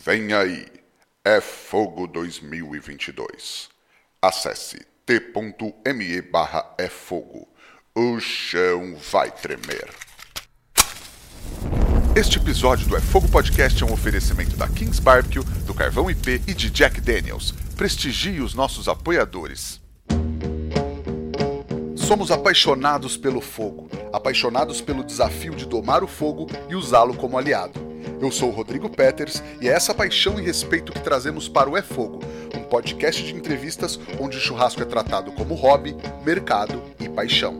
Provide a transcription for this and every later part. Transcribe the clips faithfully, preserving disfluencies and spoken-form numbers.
Vem aí, é Fogo dois mil e vinte e dois. Acesse t.me barra é fogo. O chão vai tremer. Este episódio do É Fogo Podcast é um oferecimento da Kings Barbecue, do Carvão I P e de Jack Daniels. Prestigie os nossos apoiadores. Somos apaixonados pelo fogo, apaixonados pelo desafio de domar o fogo e usá-lo como aliado. Eu sou o Rodrigo Peters e é essa paixão e respeito que trazemos para o É Fogo, um podcast de entrevistas onde o churrasco é tratado como hobby, mercado e paixão.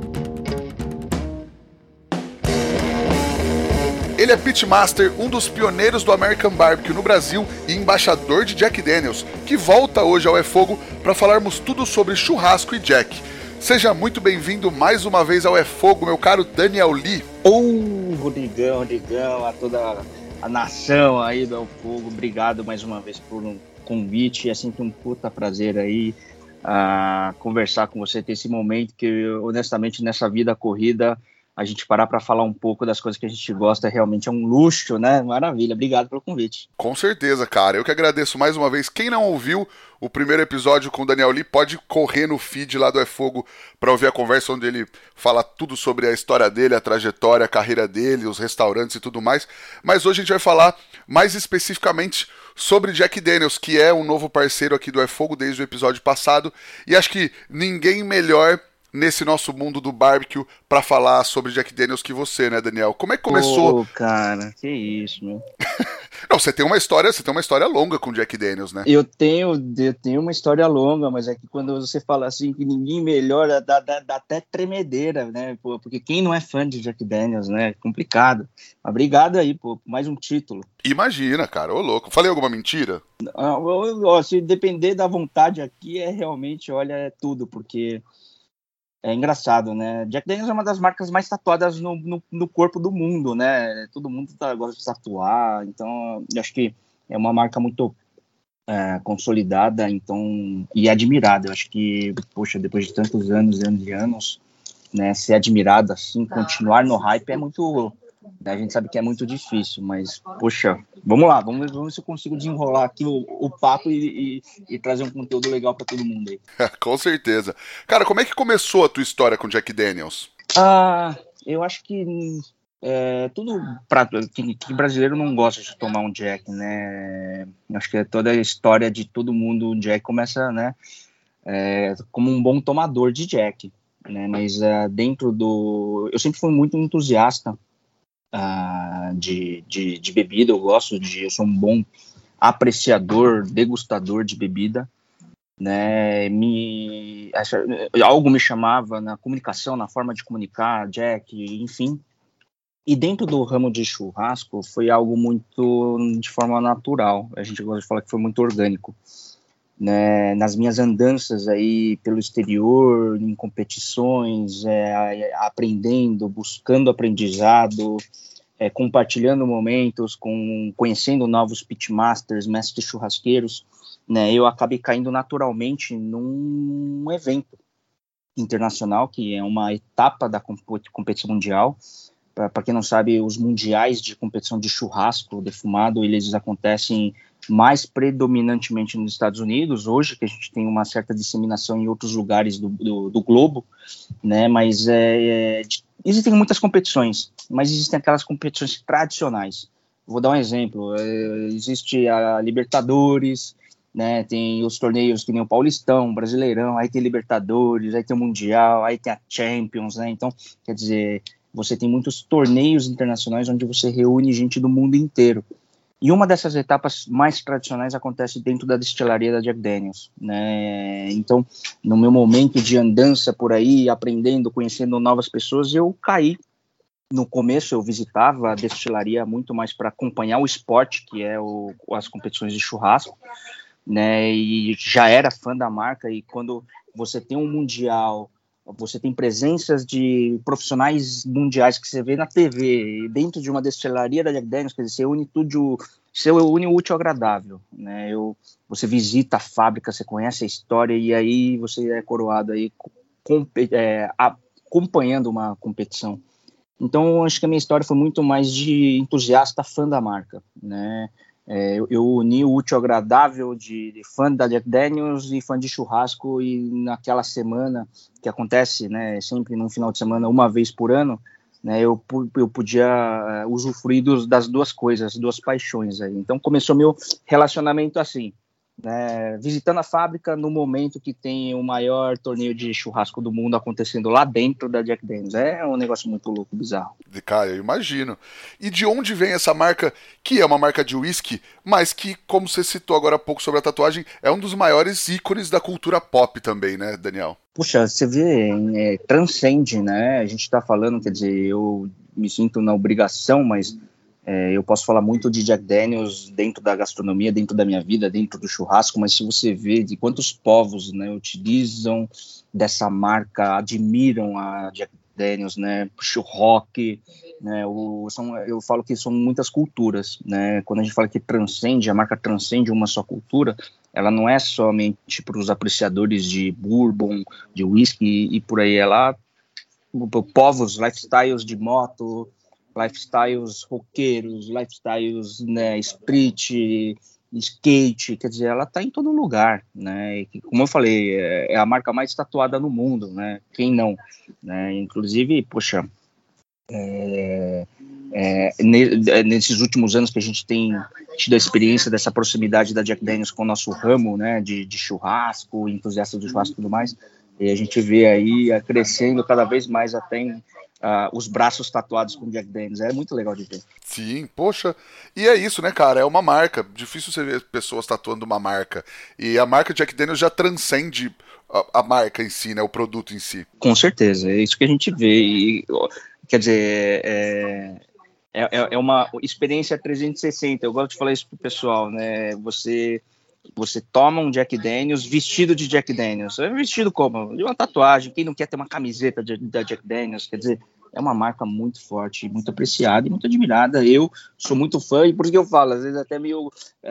Ele é pitmaster, um dos pioneiros do American Barbecue no Brasil e embaixador de Jack Daniels, que volta hoje ao É Fogo para falarmos tudo sobre churrasco e Jack. Seja muito bem-vindo mais uma vez ao É Fogo, meu caro Daniel Lee. Ô, oh, Rodrigão, Rodrigão, a toda a nação aí do É Fogo, obrigado mais uma vez por um convite, é sempre um puta prazer aí uh, conversar com você, ter esse momento que, honestamente, nessa vida corrida, a gente parar para falar um pouco das coisas que a gente gosta realmente é um luxo, né? Maravilha, obrigado pelo convite. Com certeza, cara. Eu que agradeço mais uma vez. Quem não ouviu o primeiro episódio com o Daniel Lee, pode correr no feed lá do É Fogo para ouvir a conversa onde ele fala tudo sobre a história dele, a trajetória, a carreira dele, os restaurantes e tudo mais. Mas hoje a gente vai falar mais especificamente sobre Jack Daniels, que é um novo parceiro aqui do É Fogo desde o episódio passado. E acho que ninguém melhor nesse nosso mundo do barbecue para falar sobre Jack Daniels que você, né, Daniel? Como é que começou? Ô, cara, que isso, meu. Não, você tem uma história, você tem uma história longa com Jack Daniels, né? Eu tenho, eu tenho uma história longa, mas é que quando você fala assim que ninguém melhora, dá, dá, dá até tremedeira, né? Pô, porque quem não é fã de Jack Daniels, né? É complicado. Mas obrigado aí, pô, mais um título. Imagina, cara, ô louco. Falei alguma mentira? Ah, ó, se depender da vontade aqui, é realmente, olha, é tudo, porque é engraçado, né? Jack Daniels é uma das marcas mais tatuadas no, no, no corpo do mundo, né? Todo mundo tá, gosta de tatuar, então eu acho que é uma marca muito é, consolidada, então, e admirada. Eu acho que, poxa, depois de tantos anos e anos e anos, né, ser admirado assim, continuar no hype é muito... Né, a gente sabe que é muito difícil, mas, poxa, vamos lá, vamos, vamos ver se eu consigo desenrolar aqui o, o papo e, e, e trazer um conteúdo legal para todo mundo aí. Com certeza. Cara, como é que começou a tua história com Jack Daniels? Ah, eu acho que é, tudo pra, que, que brasileiro não gosta de tomar um Jack, né? Eu acho que toda a história de todo mundo, o Jack começa, né, é, como um bom tomador de Jack, né? Mas é, dentro do... Eu sempre fui muito entusiasta Uh, de, de, de bebida, eu gosto de, eu sou um bom apreciador, degustador de bebida, né, me, essa, algo me chamava na comunicação, na forma de comunicar, Jack, enfim, e dentro do ramo de churrasco foi algo muito de forma natural, a gente gosta de falar que foi muito orgânico, né, nas minhas andanças aí pelo exterior, em competições, é, aprendendo, buscando aprendizado, é, compartilhando momentos, com, conhecendo novos pitmasters, mestres churrasqueiros, né, eu acabei caindo naturalmente num evento internacional, que é uma etapa da competição mundial. Para quem não sabe, os mundiais de competição de churrasco defumado, eles acontecem mais predominantemente nos Estados Unidos, hoje que a gente tem uma certa disseminação em outros lugares do, do, do globo, né, mas é, é, existem muitas competições, mas existem aquelas competições tradicionais. Vou dar um exemplo, é, existe a Libertadores, né, tem os torneios que nem o Paulistão, Brasileirão, aí tem Libertadores, aí tem o Mundial, aí tem a Champions, né, então, quer dizer, você tem muitos torneios internacionais onde você reúne gente do mundo inteiro. E uma dessas etapas mais tradicionais acontece dentro da destilaria da Jack Daniels, né? Então, no meu momento de andança por aí, aprendendo, conhecendo novas pessoas, eu caí. No começo eu visitava a destilaria muito mais para acompanhar o esporte, que é o, as competições de churrasco, né? E já era fã da marca, e quando você tem um mundial, você tem presenças de profissionais mundiais que você vê na T V, dentro de uma destilaria da Jack Daniels, quer dizer, você une tudo, você une o útil ao agradável, né? Eu, você visita a fábrica, você conhece a história, e aí você é coroado aí, com, é, acompanhando uma competição. Então, acho que a minha história foi muito mais de entusiasta, fã da marca, né? É, eu, eu uni o útil ao agradável de, de fã da Jack Daniels e fã de churrasco, e naquela semana que acontece, né, sempre num final de semana, uma vez por ano, né, eu, eu podia usufruir dos, das duas coisas, duas paixões aí. Então começou meu relacionamento assim, né, visitando a fábrica no momento que tem o maior torneio de churrasco do mundo acontecendo lá dentro da Jack Daniels. É um negócio muito louco, bizarro. De cara, eu imagino. E de onde vem essa marca, que é uma marca de whisky, mas que, como você citou agora há pouco sobre a tatuagem, é um dos maiores ícones da cultura pop também, né, Daniel? Puxa, você vê, é, transcende, né? A gente está falando, quer dizer, eu me sinto na obrigação, mas é, eu posso falar muito de Jack Daniels dentro da gastronomia, dentro da minha vida, dentro do churrasco, mas se você vê de quantos povos, né, utilizam dessa marca, admiram a Jack Daniels, né, o rock, né, o, são, eu falo que são muitas culturas, né, quando a gente fala que transcende, a marca transcende uma só cultura, ela não é somente para os apreciadores de bourbon, de whisky e por aí, ela, povos, lifestyles de moto, lifestyles roqueiros, lifestyles, né, street, skate, quer dizer, ela está em todo lugar, né, e, como eu falei, é a marca mais tatuada no mundo, né, quem não, né, inclusive, poxa, é, é, nesses últimos anos que a gente tem tido a experiência dessa proximidade da Jack Daniels com o nosso ramo, né, de, de churrasco, entusiasta do churrasco e tudo mais, e a gente vê aí crescendo cada vez mais até em, uh, os braços tatuados com Jack Daniels. É muito legal de ver. Sim, poxa. E é isso, né, cara? É uma marca. Difícil você ver pessoas tatuando uma marca. E a marca Jack Daniels já transcende a, a marca em si, né? O produto em si. Com certeza, é isso que a gente vê. E, quer dizer, é, é, é uma experiência trezentos e sessenta. Eu gosto de falar isso pro pessoal, né? Você... Você toma um Jack Daniels vestido de Jack Daniels. Vestido como? De uma tatuagem. Quem não quer ter uma camiseta de, da Jack Daniels? Quer dizer, é uma marca muito forte, muito apreciada e muito admirada. Eu sou muito fã, e por isso que eu falo, às vezes até meio...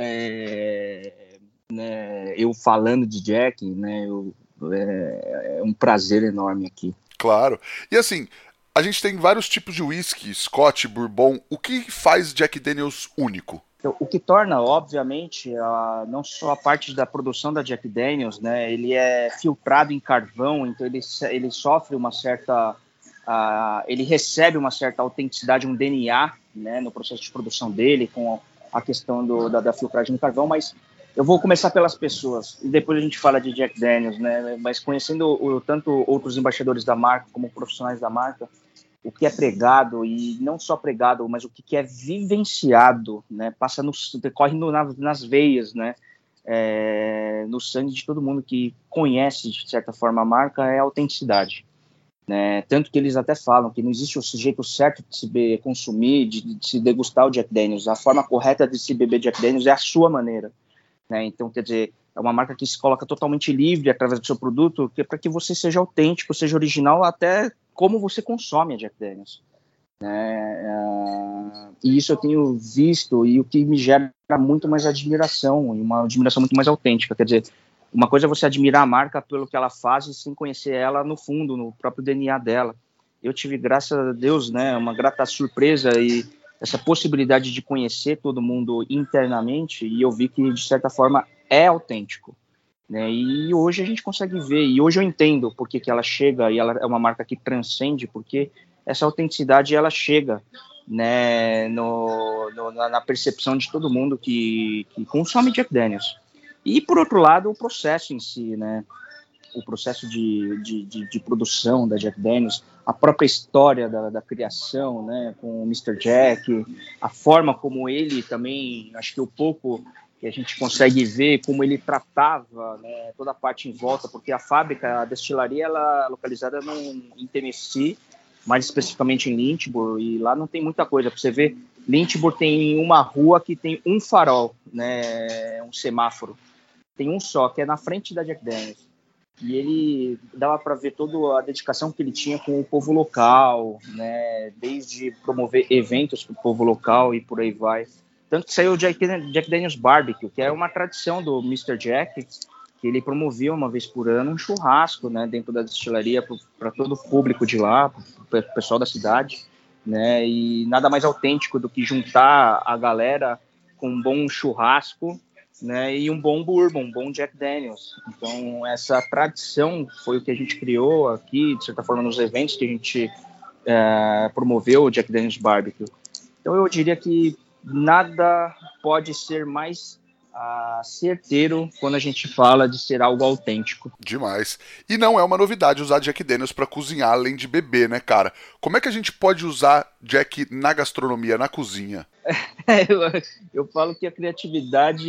É, né, eu falando de Jack, né, eu, é, é um prazer enorme aqui. Claro. E assim, a gente tem vários tipos de whisky, Scotch, Bourbon. O que faz Jack Daniels único? O que torna, obviamente, a, não só a parte da produção da Jack Daniels, né, ele é filtrado em carvão, então ele, ele sofre uma certa, uh, ele recebe uma certa autenticidade, um D N A, né, no processo de produção dele, com a questão do, da, da filtragem em carvão, mas eu vou começar pelas pessoas, e depois a gente fala de Jack Daniels, né, mas conhecendo o, tanto outros embaixadores da marca, como profissionais da marca, o que é pregado, e não só pregado, mas o que é vivenciado, né, passa no, decorre no, nas veias, né, é, no sangue de todo mundo que conhece, de certa forma, a marca, é a autenticidade. Né, tanto que eles até falam que não existe o jeito certo de se be, consumir, de, de se degustar o Jack Daniels. A forma correta de se beber Jack Daniels é a sua maneira. Né, então, quer dizer, é uma marca que se coloca totalmente livre através do seu produto, que é para que você seja autêntico, seja original, até como você consome a Jack Daniels. É, e isso eu tenho visto, e o que me gera muito mais admiração, e uma admiração muito mais autêntica. Quer dizer, uma coisa é você admirar a marca pelo que ela faz, sem conhecer ela no fundo, no próprio D N A dela. Eu tive, graças a Deus, né, uma grata surpresa e essa possibilidade de conhecer todo mundo internamente, e eu vi que, de certa forma, é autêntico. Né, e hoje a gente consegue ver, e hoje eu entendo porque que ela chega, e ela é uma marca que transcende, porque essa autenticidade ela chega, né, no, no, na percepção de todo mundo que, que consome Jack Daniels. E, por outro lado, o processo em si, né, o processo de, de, de, de produção da Jack Daniels, a própria história da, da criação, né, com o mister Jack, a forma como ele também, acho que o pouco que a gente consegue ver como ele tratava, né, toda a parte em volta, porque a fábrica, a destilaria, ela é localizada num, em Tennessee, mais especificamente em Lynchburg, e lá não tem muita coisa. Para você ver, Lynchburg tem uma rua que tem um farol, né, um semáforo, tem um só, que é na frente da Jack Daniels. E ele dava para ver toda a dedicação que ele tinha com o povo local, né, desde promover eventos para o povo local e por aí vai. Tanto que saiu o Jack, Jack Daniels Barbecue, que é uma tradição do mister Jack, que ele promovia uma vez por ano um churrasco, né, dentro da destilaria para todo o público de lá, para o pessoal da cidade, né, e nada mais autêntico do que juntar a galera com um bom churrasco, né, e um bom bourbon, um bom Jack Daniels. Então, essa tradição foi o que a gente criou aqui, de certa forma, nos eventos que a gente é, promoveu o Jack Daniels Barbecue. Então, eu diria que nada pode ser mais uh, certeiro quando a gente fala de ser algo autêntico. Demais. E não é uma novidade usar Jack Daniels para cozinhar, além de beber, né, cara? Como é que a gente pode usar Jack na gastronomia, na cozinha? eu, eu falo que a criatividade,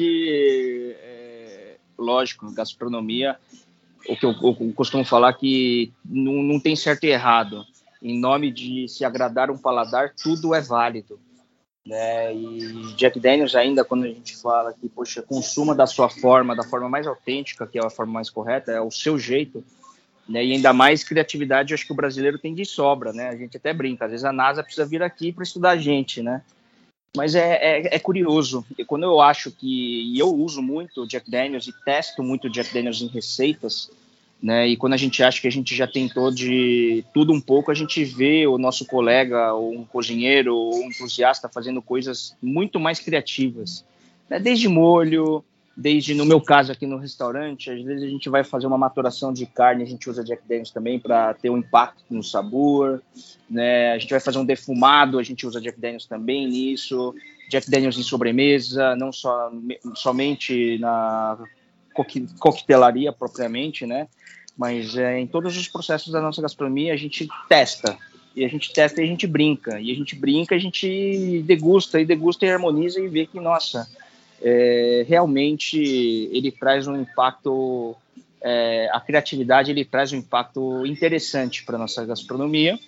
é, lógico, gastronomia, o que eu, eu costumo falar que não, não tem certo e errado. Em nome de se agradar um paladar, tudo é válido. Né? E Jack Daniels ainda, quando a gente fala que, poxa, consuma da sua forma, da forma mais autêntica, que é a forma mais correta, é o seu jeito, né? E ainda mais criatividade, acho que o brasileiro tem de sobra, né? A gente até brinca, às vezes a NASA precisa vir aqui para estudar a gente, né? Mas é, é, é curioso, e quando eu acho que, e eu uso muito Jack Daniels e testo muito Jack Daniels em receitas, né? E quando a gente acha que a gente já tentou de tudo um pouco, a gente vê o nosso colega, ou um cozinheiro, ou um entusiasta fazendo coisas muito mais criativas, né? Desde molho, desde, no meu caso aqui no restaurante, às vezes a gente vai fazer uma maturação de carne, a gente usa Jack Daniels também para ter um impacto no sabor, né? A gente vai fazer um defumado, a gente usa Jack Daniels também nisso, Jack Daniels em sobremesa, não só, somente na coquetelaria propriamente, né? Mas é, em todos os processos da nossa gastronomia a gente testa, e a gente testa e a gente brinca, e a gente brinca, a gente degusta, e degusta e harmoniza e vê que, nossa, é, realmente ele traz um impacto, é, a criatividade ele traz um impacto interessante para a nossa gastronomia,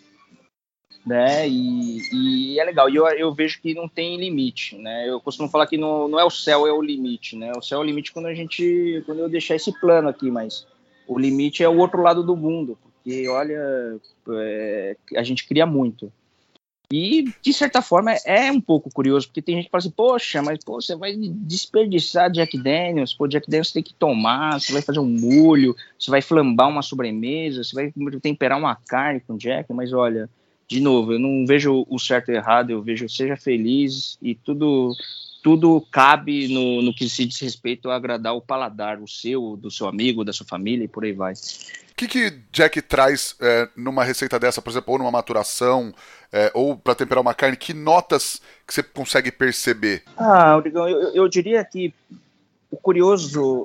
né? E, e é legal, e eu, eu vejo que não tem limite, né? Eu costumo falar que não, não é o céu, é o limite, né? O céu é o limite quando a gente, quando eu deixar esse plano aqui, mas o limite é o outro lado do mundo, porque, olha, é, a gente cria muito. E, de certa forma, é um pouco curioso, porque tem gente que fala assim, poxa, mas pô, você vai desperdiçar Jack Daniels, pô, Jack Daniels tem que tomar, você vai fazer um molho, você vai flambar uma sobremesa, você vai temperar uma carne com Jack, mas olha, de novo, eu não vejo o certo e o errado, eu vejo seja feliz e tudo... tudo cabe no, no que se diz respeito a agradar o paladar, o seu, do seu amigo, da sua família e por aí vai. O que, que Jack traz é, numa receita dessa, por exemplo, ou numa maturação, é, ou para temperar uma carne? Que notas que você consegue perceber? Ah, Rodrigão, eu, eu diria que o curioso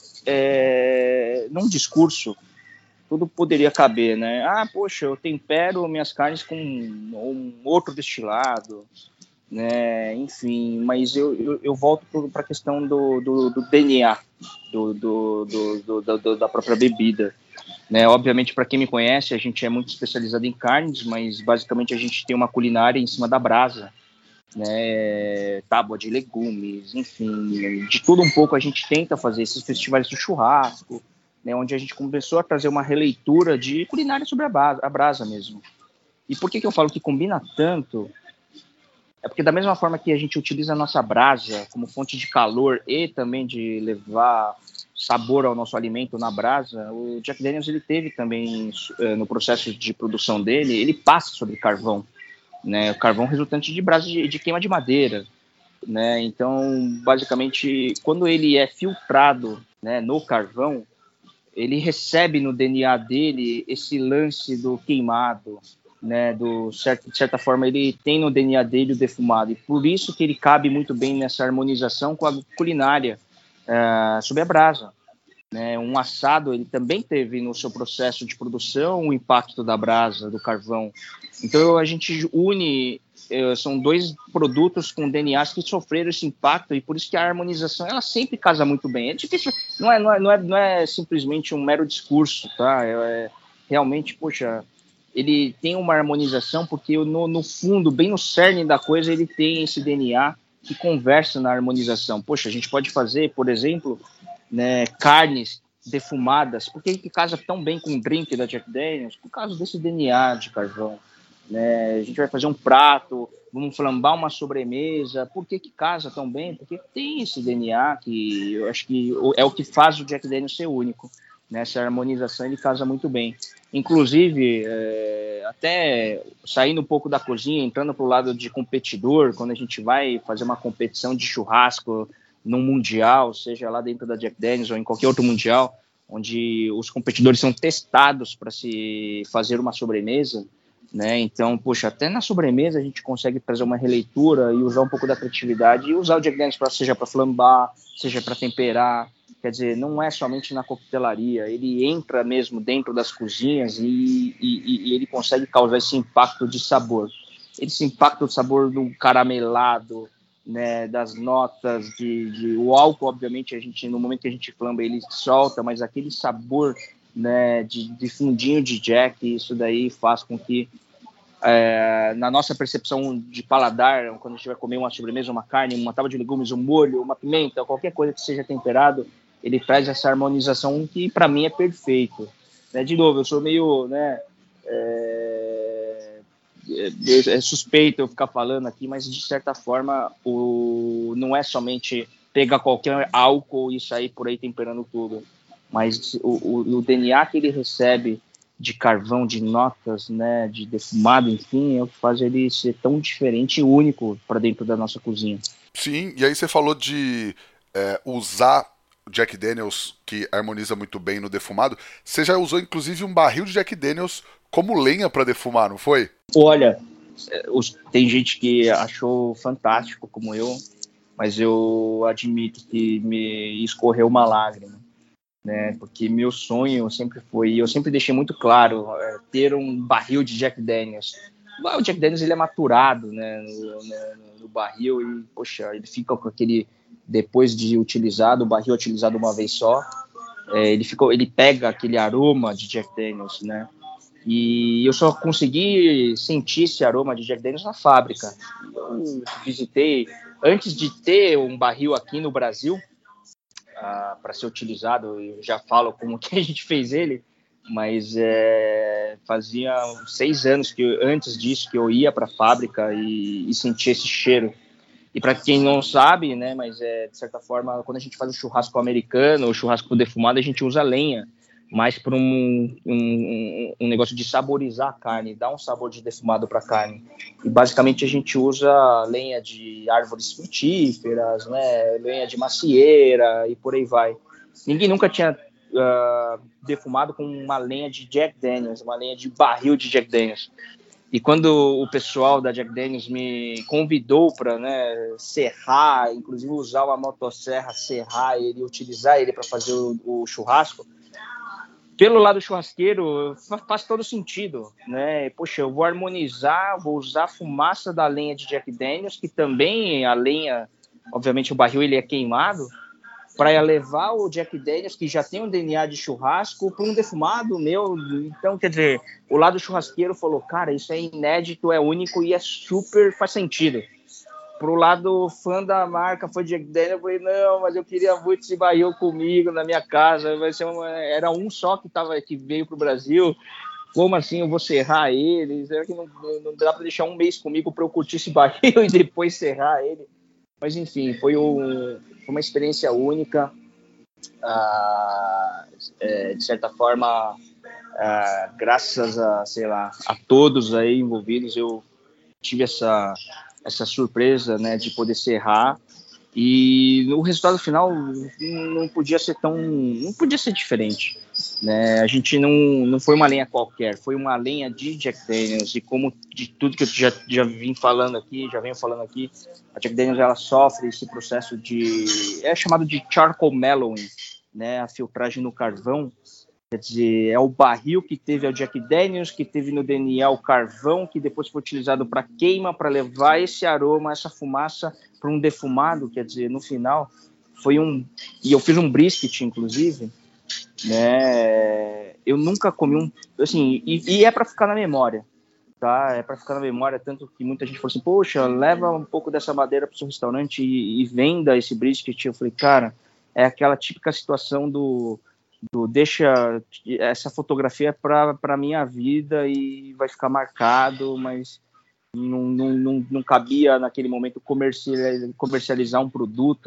é, num discurso, tudo poderia caber, né? Ah, poxa, eu tempero minhas carnes com um outro destilado, né, enfim, mas eu, eu, eu volto para a questão do, do, do D N A, do, do, do, do, do, da própria bebida. Né? Obviamente, para quem me conhece, a gente é muito especializado em carnes, mas basicamente a gente tem uma culinária em cima da brasa, né? Tábua de legumes, enfim, de tudo um pouco a gente tenta fazer esses festivais do churrasco, né, onde a gente começou a trazer uma releitura de culinária sobre a brasa, a brasa mesmo. E por que, que eu falo que combina tanto? É porque da mesma forma que a gente utiliza a nossa brasa como fonte de calor e também de levar sabor ao nosso alimento na brasa, o Jack Daniels ele teve também, no processo de produção dele, ele passa sobre carvão, né? O carvão resultante de brasa de, de queima de madeira, né? Então, basicamente, quando ele é filtrado, né, no carvão, ele recebe no D N A dele esse lance do queimado, né, do, certo, de certa forma ele tem no D N A dele o defumado, e por isso que ele cabe muito bem nessa harmonização com a culinária uh, sob a brasa, né? Um assado ele também teve no seu processo de produção o impacto da brasa, do carvão. Então a gente une, uh, são dois produtos com D N As que sofreram esse impacto, e por isso que a harmonização ela sempre casa muito bem. É difícil, não é, não é, não é, não é simplesmente um mero discurso, tá? É, realmente, poxa, ele tem uma harmonização porque no, no fundo, bem no cerne da coisa, ele tem esse D N A que conversa na harmonização. Poxa, a gente pode fazer, por exemplo, né, carnes defumadas. Por que que casa tão bem com o drink da Jack Daniels? Por causa desse D N A de carvão. Né? A gente vai fazer um prato, vamos flambar uma sobremesa. Por que que casa tão bem? Porque tem esse D N A que eu acho que é o que faz o Jack Daniels ser único. Nessa harmonização ele casa muito bem. Inclusive, é, até saindo um pouco da cozinha, entrando para o lado de competidor, quando a gente vai fazer uma competição de churrasco num mundial, seja lá dentro da Jack Daniel's ou em qualquer outro mundial, onde os competidores são testados para se fazer uma sobremesa, né? Então, poxa, até na sobremesa a gente consegue trazer uma releitura e usar um pouco da criatividade e usar o Jack Daniel's pra, seja para flambar, seja para temperar. Quer dizer, não é somente na coquetelaria, ele entra mesmo dentro das cozinhas e, e, e ele consegue causar esse impacto de sabor. Esse impacto de sabor do caramelado, né, das notas, de, de, o álcool, obviamente, a gente, no momento que a gente flamba, ele solta, mas aquele sabor, né, de, de fundinho de Jack, isso daí faz com que, é, na nossa percepção de paladar, quando a gente vai comer uma sobremesa, uma carne, uma tábua de legumes, um molho, uma pimenta, qualquer coisa que seja temperado, ele traz essa harmonização que para mim é perfeito, né? De novo, eu sou meio, né, é, é, é suspeito eu ficar falando aqui, mas de certa forma o, não é somente pegar qualquer álcool e sair por aí temperando tudo, mas o, o, o D N A que ele recebe de carvão, de notas, né, de defumado, enfim, é o que faz ele ser tão diferente e único para dentro da nossa cozinha. Sim, e aí você falou de é, usar Jack Daniels, que harmoniza muito bem no defumado. Você já usou inclusive um barril de Jack Daniels como lenha para defumar, não foi? Olha, os, tem gente que achou fantástico como eu, mas eu admito que me escorreu uma lágrima, né? Porque meu sonho sempre foi, eu sempre deixei muito claro, é, ter um barril de Jack Daniels. O Jack Daniels ele é maturado, né, no, no, no barril e, poxa, ele fica com aquele, depois de utilizado, o barril utilizado uma vez só, é, ele, ficou, ele pega aquele aroma de Jack Daniels, né? E eu só consegui sentir esse aroma de Jack Daniels na fábrica. Eu visitei, antes de ter um barril aqui no Brasil, ah, para ser utilizado, eu já falo como que a gente fez ele, mas é, fazia seis anos que eu, antes disso que eu ia para a fábrica e, e sentia esse cheiro. E para quem não sabe, né, mas é, de certa forma, quando a gente faz o churrasco americano, o churrasco defumado, a gente usa lenha, mais para um, um, um negócio de saborizar a carne, dar um sabor de defumado para a carne. E basicamente a gente usa lenha de árvores frutíferas, né, lenha de macieira e por aí vai. Ninguém nunca tinha uh, defumado com uma lenha de Jack Daniels, uma lenha de barril de Jack Daniels. E quando o pessoal da Jack Daniels me convidou para, né, serrar, inclusive usar uma motosserra, serrar ele, utilizar ele para fazer o, o churrasco, pelo lado churrasqueiro faz todo sentido, né? Poxa, eu vou harmonizar, vou usar a fumaça da lenha de Jack Daniels, que também a lenha, obviamente o barril ele é queimado, para levar o Jack Daniels, que já tem um D N A de churrasco, para um defumado meu. Então, quer dizer, o lado churrasqueiro falou, cara, isso é inédito, é único e é super, faz sentido. Pro lado fã da marca, foi Jack Daniels, eu falei, não, mas eu queria muito esse barril comigo na minha casa, vai ser uma... era um só que, tava, que veio pro Brasil, como assim eu vou serrar ele? Será que não, não dá para deixar um mês comigo para eu curtir esse barril e depois serrar ele? Mas enfim, foi, um, foi uma experiência única, ah, é, de certa forma, ah, graças a, sei lá, a todos aí envolvidos, eu tive essa, essa surpresa, né, de poder serrar, e o resultado final não podia ser tão, não podia ser diferente, né? A gente não, não foi uma lenha qualquer, foi uma lenha de Jack Daniels, e como de tudo que eu já, já vim falando aqui, já venho falando aqui, a Jack Daniels ela sofre esse processo de, é chamado de charcoal mellowing, né, a filtragem no carvão. Quer dizer, é o barril que teve o Jack Daniels, que teve no D N A o carvão, que depois foi utilizado para queima, para levar esse aroma, essa fumaça para um defumado. Quer dizer, no final, foi um... E eu fiz um brisket, inclusive, né? Eu nunca comi um... Assim, e, e é para ficar na memória, tá? É para ficar na memória, tanto que muita gente falou assim, poxa, leva um pouco dessa madeira para o seu restaurante e, e venda esse brisket. Eu falei, cara, é aquela típica situação do... Do, deixa essa fotografia para a minha vida e vai ficar marcado, mas não, não, não, não cabia naquele momento comercializar, comercializar um produto,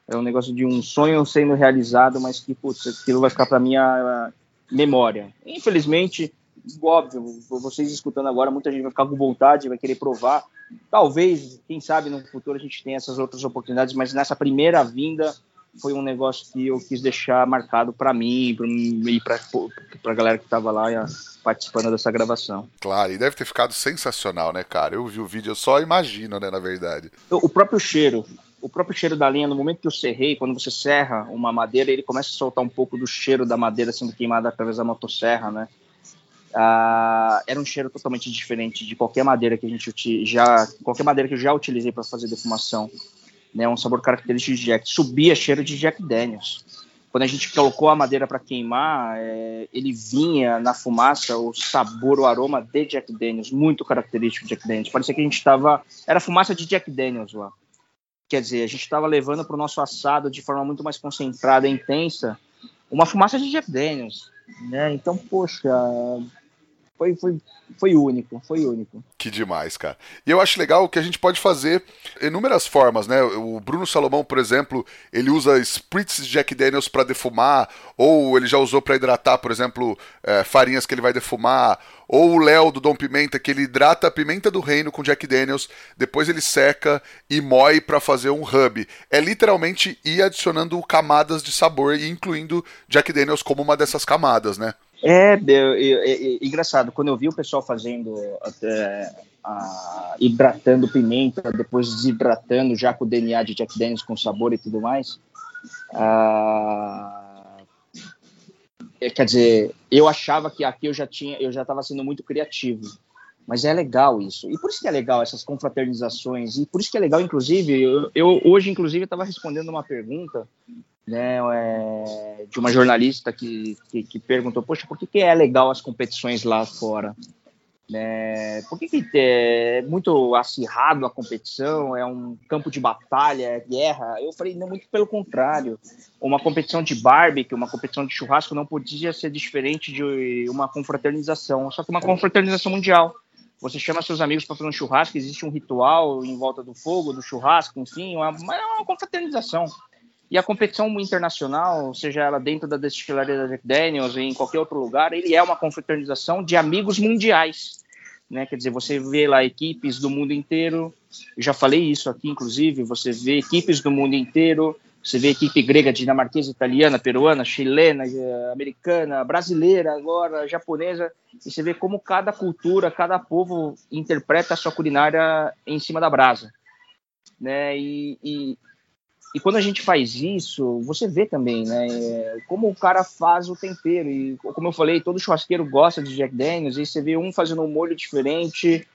É um negócio de um sonho sendo realizado, mas que, putz, aquilo vai ficar para minha memória. Infelizmente, óbvio, vocês escutando agora, muita gente vai ficar com vontade, vai querer provar. Talvez, quem sabe, no futuro a gente tenha essas outras oportunidades, mas nessa primeira vinda foi um negócio que eu quis deixar marcado para mim e para a galera que estava lá participando dessa gravação. Claro, e deve ter ficado sensacional, né, cara? Eu vi o vídeo, eu só imagino, né, na verdade. O próprio cheiro, o próprio cheiro da lenha, no momento que eu serrei, quando você serra uma madeira, ele começa a soltar um pouco do cheiro da madeira sendo queimada através da motosserra, né? Ah, era um cheiro totalmente diferente de qualquer madeira que a gente já, qualquer madeira que eu já utilizei para fazer defumação, né? Um sabor característico de Jack, subia cheiro de Jack Daniels. Quando a gente colocou a madeira para queimar, é, ele vinha na fumaça o sabor, o aroma de Jack Daniels, muito característico de Jack Daniels. Parecia que a gente estava, era fumaça de Jack Daniels lá. Quer dizer, a gente estava levando para o nosso assado de forma muito mais concentrada e intensa uma fumaça de Jack Daniels, né? Então, poxa, Foi, foi, foi único, foi único. Que demais, cara. E eu acho legal que a gente pode fazer inúmeras formas, né? O Bruno Salomão, por exemplo, ele usa spritz de Jack Daniels para defumar, ou ele já usou para hidratar, por exemplo, é, farinhas que ele vai defumar, ou o Léo do Dom Pimenta, que ele hidrata a pimenta do reino com Jack Daniels, depois ele seca e moe para fazer um rub. É literalmente ir adicionando camadas de sabor e incluindo Jack Daniels como uma dessas camadas, né? É, é, é, é engraçado, quando eu vi o pessoal fazendo, até, a, hidratando pimenta, depois desidratando já com o D N A de Jack Daniels com sabor e tudo mais, a, é, quer dizer, eu achava que aqui eu já tinha, eu já estava sendo muito criativo, mas é legal isso, e por isso que é legal essas confraternizações, e por isso que é legal, inclusive, eu, eu hoje, inclusive, estava respondendo uma pergunta, né, é, de uma jornalista que, que, que perguntou, poxa, por que, que é legal as competições lá fora? Né? Por que, que é muito acirrado a competição? É um campo de batalha, é guerra? Eu falei, não, muito pelo contrário. Uma competição de barbecue, uma competição de churrasco não podia ser diferente de uma confraternização, só que uma confraternização mundial. Você chama seus amigos para fazer um churrasco, existe um ritual em volta do fogo, do churrasco, enfim, uma, uma confraternização. E a competição internacional, seja ela dentro da destilaria da Jack Daniels ou em qualquer outro lugar, ele é uma confraternização de amigos mundiais, né? Quer dizer, você vê lá equipes do mundo inteiro, eu já falei isso aqui, inclusive, você vê equipes do mundo inteiro, você vê equipe grega, dinamarquesa, italiana, peruana, chilena, americana, brasileira agora, japonesa, e você vê como cada cultura, cada povo interpreta a sua culinária em cima da brasa, né? E... e E quando a gente faz isso, você vê também, né, como o cara faz o tempero. E como eu falei, todo churrasqueiro gosta de Jack Daniels, e você vê um fazendo um molho diferente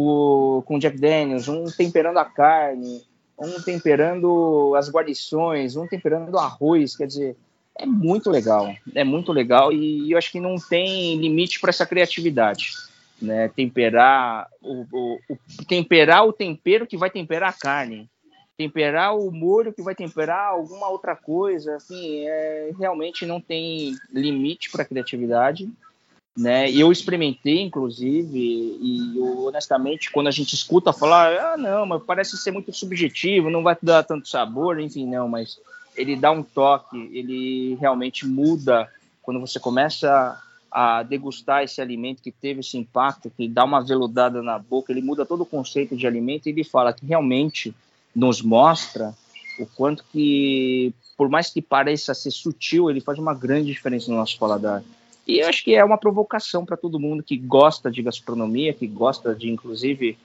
o, com Jack Daniels, um temperando a carne, um temperando as guarnições, um temperando o arroz. Quer dizer, é muito legal, é muito legal, e eu acho que não tem limite para essa criatividade. Né? Temperar o, o, o, temperar o tempero que vai temperar a carne. Temperar o molho que vai temperar alguma outra coisa, assim, é, realmente não tem limite para a criatividade, né? E eu experimentei, inclusive, e eu, honestamente, quando a gente escuta falar, ah, não, mas parece ser muito subjetivo, não vai dar tanto sabor, enfim, não, mas ele dá um toque, ele realmente muda quando você começa a degustar esse alimento que teve esse impacto, que dá uma veludada na boca, ele muda todo o conceito de alimento, e ele fala que realmente nos mostra o quanto que, por mais que pareça ser sutil, ele faz uma grande diferença no nosso paladar. E eu acho que é uma provocação para todo mundo que gosta de gastronomia, que gosta de, inclusive,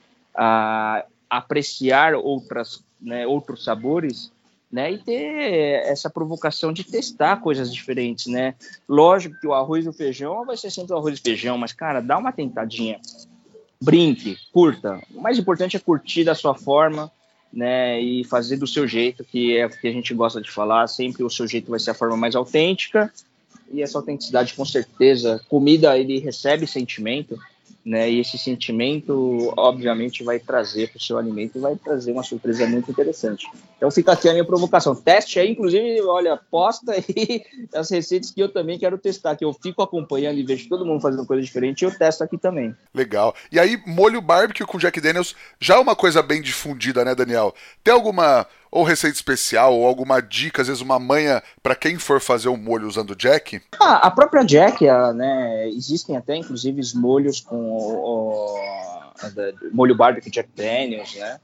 a, apreciar outras, né, outros sabores, né, e ter essa provocação de testar coisas diferentes, né? Lógico que o arroz e o feijão vai ser sempre o arroz e feijão, mas, cara, dá uma tentadinha. Brinque, curta. O mais importante é curtir da sua forma, né, e fazer do seu jeito, que é o que a gente gosta de falar, sempre o seu jeito vai ser a forma mais autêntica, e essa autenticidade, com certeza, comida, ele recebe sentimento, né, e esse sentimento, obviamente, vai trazer para o seu alimento e vai trazer uma surpresa muito interessante. Então fica aqui a minha provocação, teste aí, inclusive, olha, posta aí as receitas que eu também quero testar, que eu fico acompanhando e vejo todo mundo fazendo coisa diferente, e eu testo aqui também. Legal. E aí, molho barbecue com Jack Daniels já é uma coisa bem difundida, né, Daniel? Tem alguma Ou receita especial, ou alguma dica, às vezes uma manha para quem for fazer um molho usando Jack? Ah, a própria Jack, ela, né, existem até inclusive molhos com o, o molho barbecue Jack Daniels, né?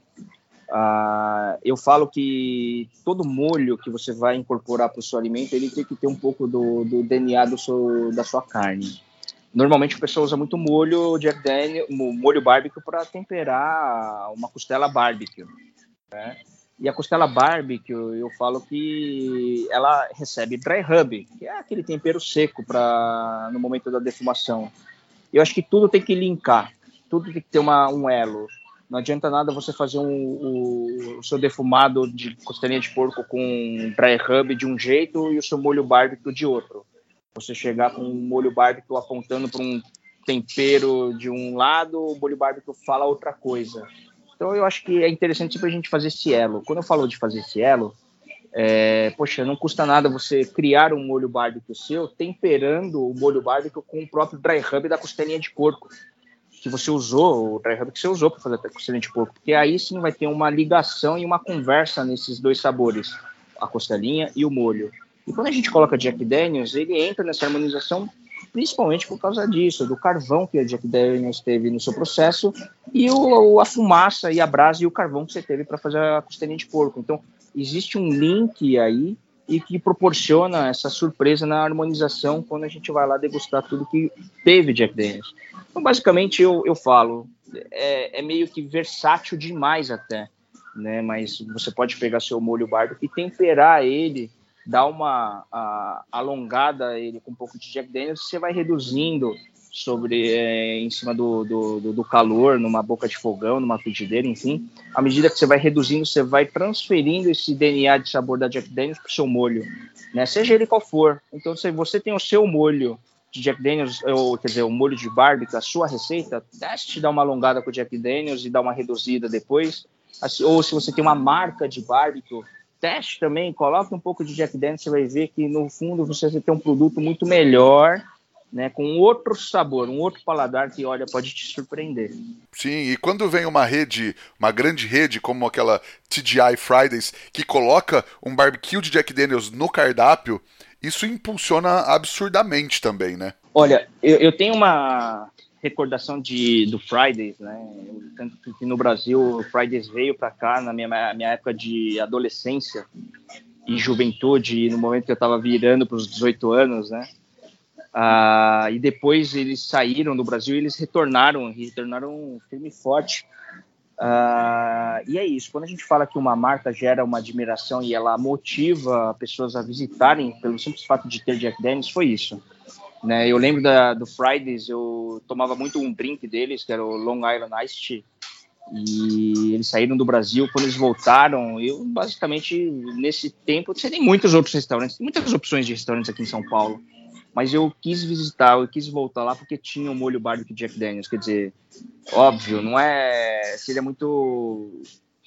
Ah, eu falo que todo molho que você vai incorporar para o seu alimento, ele tem que ter um pouco do, do D N A do seu, da sua carne. Normalmente a pessoa usa muito molho Jack Daniels, molho barbecue para temperar uma costela barbecue, né? E a costela barbecue, eu falo que ela recebe dry rub, que é aquele tempero seco para no momento da defumação. Eu acho que tudo tem que linkar, tudo tem que ter uma, um elo. Não adianta nada você fazer um, o, o seu defumado de costelinha de porco com dry rub de um jeito e o seu molho barbecue de outro. Você chegar com um molho barbecue apontando para um tempero de um lado, o molho barbecue fala outra coisa. Então eu acho que é interessante para a gente fazer esse elo. Quando eu falo de fazer esse elo, é, poxa, não custa nada você criar um molho barbecue seu, temperando o molho barbecue com o próprio dry rub da costelinha de porco que você usou, o dry rub que você usou para fazer a costelinha de porco, porque aí sim vai ter uma ligação e uma conversa nesses dois sabores, a costelinha e o molho. E quando a gente coloca Jack Daniels, ele entra nessa harmonização principalmente por causa disso, do carvão que a Jack Daniels teve no seu processo e o, a fumaça e a brasa e o carvão que você teve para fazer a costelinha de porco. Então, existe um link aí e que proporciona essa surpresa na harmonização quando a gente vai lá degustar tudo que teve Jack Daniels. Então, basicamente, eu, eu falo, é, é meio que versátil demais até, né? Mas você pode pegar seu molho barbecue e temperar ele, dar uma a, alongada ele com um pouco de Jack Daniels, você vai reduzindo sobre é, em cima do, do, do calor, numa boca de fogão, numa frigideira, enfim. À medida que você vai reduzindo, você vai transferindo esse D N A de sabor da Jack Daniels para o seu molho, né? Seja ele qual for. Então, se você tem o seu molho de Jack Daniels, ou quer dizer, o molho de barbecue, a sua receita, teste dar uma alongada com o Jack Daniels e dar uma reduzida depois. Assim, ou se você tem uma marca de barbecue, teste também, coloque um pouco de Jack Daniels, você vai ver que no fundo você vai ter um produto muito melhor, né, com outro sabor, um outro paladar que, olha, pode te surpreender. Sim, e quando vem uma rede, uma grande rede como aquela T G I Fridays, que coloca um barbecue de Jack Daniels no cardápio, isso impulsiona absurdamente também, né? Olha, eu, eu tenho uma recordação de, do Fridays, né? Tanto que no Brasil o Fridays veio para cá na minha, minha época de adolescência e juventude, no momento que eu estava virando para os dezoito anos, né? Ah, e depois eles saíram do Brasil e eles retornaram, retornaram firme e forte. Ah, e é isso, quando a gente fala que uma marca gera uma admiração e ela motiva pessoas a visitarem pelo simples fato de ter Jack Daniels, foi isso. Né, eu lembro da, do Fridays, eu tomava muito um drink deles, que era o Long Island Iced Tea, e eles saíram do Brasil. Quando eles voltaram, eu basicamente, nesse tempo, você tem muitos outros restaurantes, muitas opções de restaurantes aqui em São Paulo, mas eu quis visitar, eu quis voltar lá porque tinha o molho barbecue Jack Daniels. Quer dizer, óbvio, não é, seria muito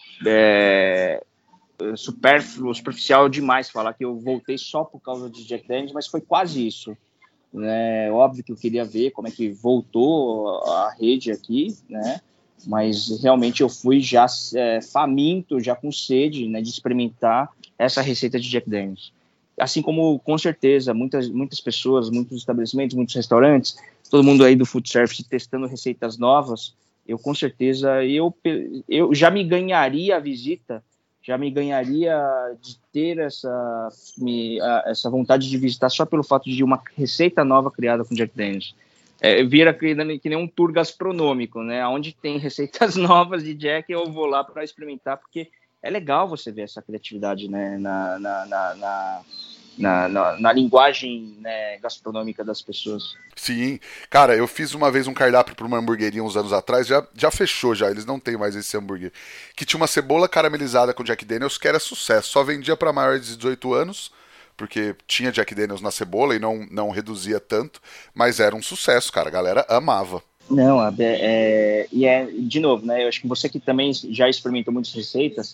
é, supérfluo, superficial demais falar que eu voltei só por causa de Jack Daniels, mas foi quase isso. É óbvio que eu queria ver como é que voltou a rede aqui, né? Mas realmente eu fui já é, faminto, já com sede, né, de experimentar essa receita de Jack Daniels. Assim como, com certeza, muitas, muitas pessoas, muitos estabelecimentos, muitos restaurantes, todo mundo aí do food service testando receitas novas, eu com certeza, eu, eu já me ganharia a visita, já me ganharia de ter essa, me, essa vontade de visitar só pelo fato de uma receita nova criada com Jack Daniels. É, vira que, que nem um tour gastronômico, né? Onde tem receitas novas de Jack, eu vou lá para experimentar, porque é legal você ver essa criatividade, né, na, na, na, na, na, na, na linguagem, né, gastronômica das pessoas. Sim, cara, eu fiz uma vez um cardápio para uma hamburgueria uns anos atrás, já, já fechou já, eles não têm mais esse hambúrguer, que tinha uma cebola caramelizada com Jack Daniels, que era sucesso, só vendia para maiores de dezoito anos, porque tinha Jack Daniels na cebola e não, não reduzia tanto, mas era um sucesso, cara, a galera amava. Não, é, é, e é, de novo, né, eu acho que você que também já experimentou muitas receitas,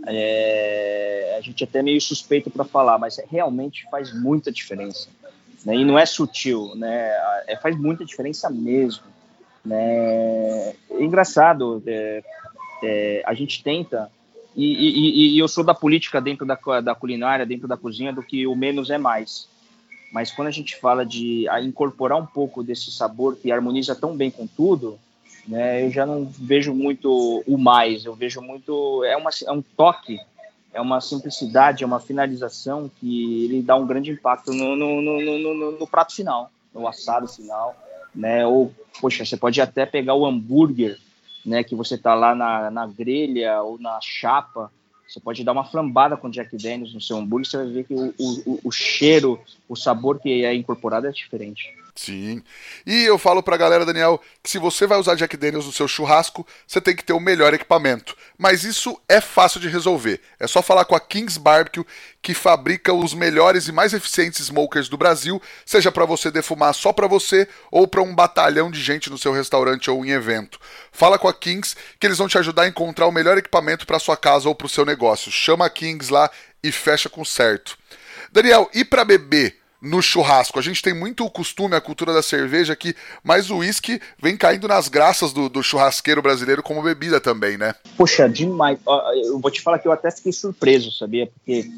é, a gente é até meio suspeito para falar, mas realmente faz muita diferença, né, e não é sutil, né, é, faz muita diferença mesmo, né. É engraçado, é, é, a gente tenta E, e, e eu sou da política dentro da, da culinária, dentro da cozinha, do que o menos é mais. Mas quando a gente fala de incorporar um pouco desse sabor que harmoniza tão bem com tudo, né, eu já não vejo muito o mais, eu vejo muito... É, uma, é um toque, é uma simplicidade, é uma finalização que ele dá um grande impacto no, no, no, no, no, no prato final, no assado final, né? Ou, poxa, você pode até pegar o hambúrguer, né, que você tá lá na, na grelha ou na chapa, você pode dar uma flambada com Jack Daniels no seu hambúrguer, você vai ver que o, o, o cheiro, o sabor que é incorporado é diferente. Sim. E eu falo pra galera, Daniel, que se você vai usar Jack Daniels no seu churrasco, você tem que ter o melhor equipamento. Mas isso é fácil de resolver. É só falar com a Kings Barbecue, que fabrica os melhores e mais eficientes smokers do Brasil, seja para você defumar só para você ou para um batalhão de gente no seu restaurante ou em evento. Fala com a Kings, que eles vão te ajudar a encontrar o melhor equipamento para sua casa ou para o seu negócio. Chama a Kings lá e fecha com certo. Daniel, e para beber no churrasco? A gente tem muito o costume, a cultura da cerveja aqui, mas o uísque vem caindo nas graças do, do churrasqueiro brasileiro como bebida também, né? Poxa, demais. Eu vou te falar que eu até fiquei surpreso, sabia? Porque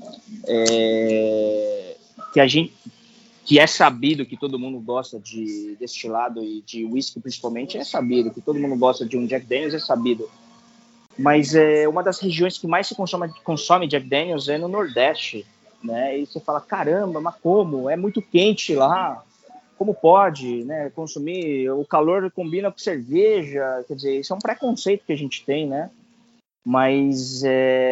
é, que a gente, que é sabido que todo mundo gosta de destilado e de uísque principalmente, é sabido que todo mundo gosta de um Jack Daniels, é sabido. Mas é uma das regiões que mais se consome, consome Jack Daniels é no Nordeste, né? E você fala, caramba, mas como? É muito quente lá, como pode, né, consumir? O calor combina com cerveja, quer dizer, isso é um preconceito que a gente tem, né? Mas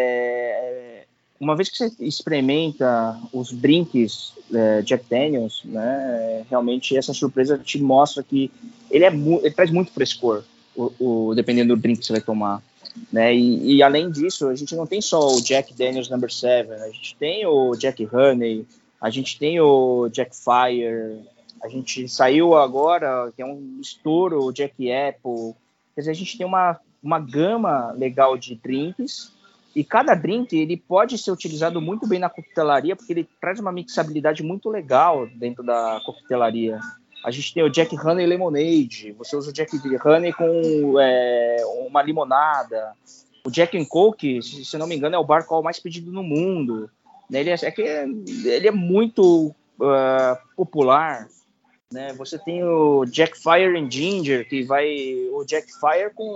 é, uma vez que você experimenta os drinks é, Jack Daniels, né, realmente essa surpresa te mostra que ele, é mu- ele traz muito frescor, o, o, dependendo do drink que você vai tomar. Né? E, e além disso, a gente não tem só o Jack Daniels Number sete, a gente tem o Jack Honey, a gente tem o Jack Fire, a gente saiu agora, que é um estouro, o Jack Apple. Quer dizer, a gente tem uma, uma gama legal de drinks, e cada drink ele pode ser utilizado muito bem na coquetelaria, porque ele traz uma mixabilidade muito legal dentro da coquetelaria. A gente tem o Jack Honey Lemonade, você usa o Jack Honey com é, uma limonada. O Jack and Coke, se não me engano, é o barco mais pedido no mundo. Ele é, é que ele é muito uh, popular. Né? Você tem o Jack Fire and Ginger, que vai... O Jack Fire com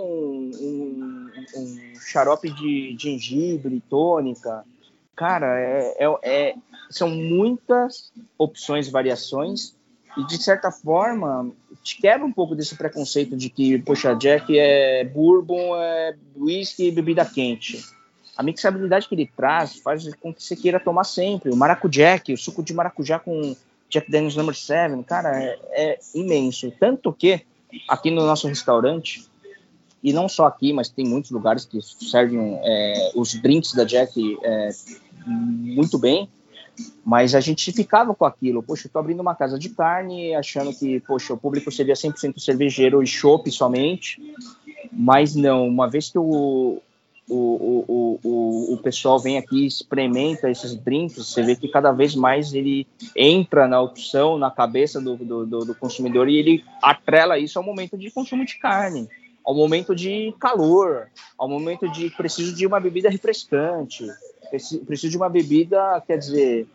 um, um xarope de gengibre, tônica. Cara, é, é, é, são muitas opções, variações. E, de certa forma, te quebra um pouco desse preconceito de que, poxa, Jack é bourbon, é whisky e bebida quente. A mixabilidade que ele traz faz com que você queira tomar sempre. O Maracujack, o suco de maracujá com Jack Daniels Number sete, cara, é, é imenso. Tanto que, aqui no nosso restaurante, e não só aqui, mas tem muitos lugares que servem é, os drinks da Jack é, muito bem, mas a gente ficava com aquilo, poxa, eu tô abrindo uma casa de carne, achando que, poxa, o público seria cem por cento cervejeiro e chopp somente, mas não, uma vez que o, o, o, o, o pessoal vem aqui e experimenta esses drinks, você vê que cada vez mais ele entra na opção, na cabeça do, do, do consumidor, e ele atrela isso ao momento de consumo de carne, ao momento de calor, ao momento de preciso de uma bebida refrescante, preciso de uma bebida, quer dizer,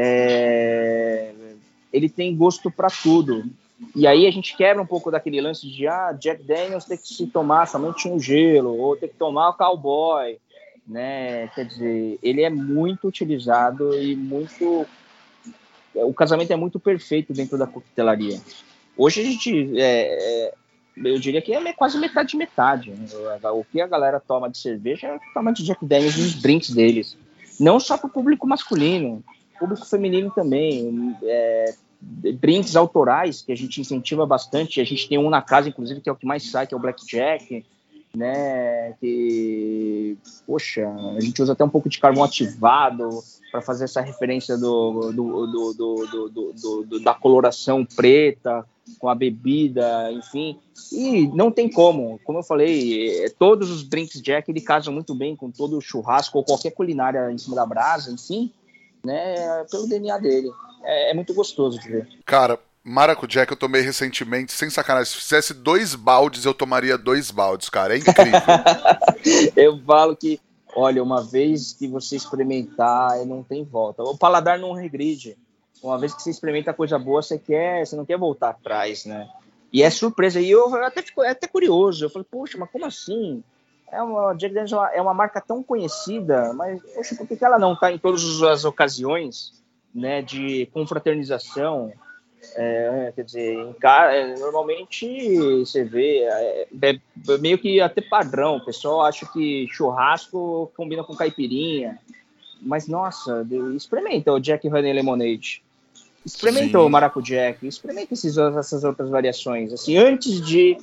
é, ele tem gosto para tudo. E aí a gente quebra um pouco daquele lance de ah, Jack Daniels tem que se tomar somente um gelo, ou tem que tomar o cowboy, né? Quer dizer, ele é muito utilizado e muito... O casamento é muito perfeito dentro da coquetelaria. Hoje a gente... É, eu diria que é quase metade de metade. O que a galera toma de cerveja é toma de Jack Daniels nos drinks deles. Não só para o público masculino, público feminino também. É, drinks autorais, que a gente incentiva bastante. A gente tem um na casa, inclusive, que é o que mais sai, que é o Blackjack. Né, que, poxa, a gente usa até um pouco de carvão ativado para fazer essa referência do, do, do, do, do, do, do, da coloração preta com a bebida, enfim, e não tem como, como eu falei, todos os drinks Jack, ele casam muito bem com todo o churrasco ou qualquer culinária em cima da brasa, enfim, né, pelo D N A dele, é, é muito gostoso de ver. Cara, Maracujack eu tomei recentemente, sem sacanagem. Se fizesse dois baldes, eu tomaria dois baldes, cara. É incrível. Eu falo que olha, uma vez que você experimentar, não tem volta. O paladar não regride. Uma vez que você experimenta coisa boa, você quer, você não quer voltar atrás, né? E é surpresa. E eu até fico até curioso. Eu falei, poxa, mas como assim? É uma, Jack Daniels é uma marca tão conhecida, mas poxa, por que ela não está em todas as ocasiões, né, de confraternização? É, quer dizer, em cara, normalmente você vê, é, é meio que até padrão. O pessoal acha que churrasco combina com caipirinha, mas nossa, experimenta o Jack Honey Lemonade, experimenta Sim. o Maracujack, experimenta esses, essas outras variações, assim, antes de,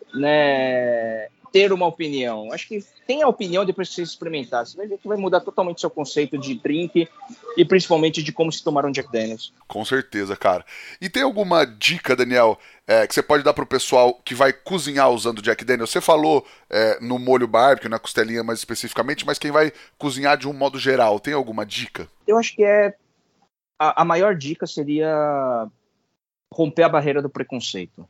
né, ter uma opinião. Acho que tem a opinião depois que você experimentar. Você vai ver que vai mudar totalmente o seu conceito de drink e principalmente de como se tomar um Jack Daniels. Com certeza, cara. E tem alguma dica, Daniel, é, que você pode dar pro pessoal que vai cozinhar usando Jack Daniels? Você falou é, no molho barbecue, na costelinha mais especificamente, mas quem vai cozinhar de um modo geral, tem alguma dica? Eu acho que é a, a maior dica seria romper a barreira do preconceito.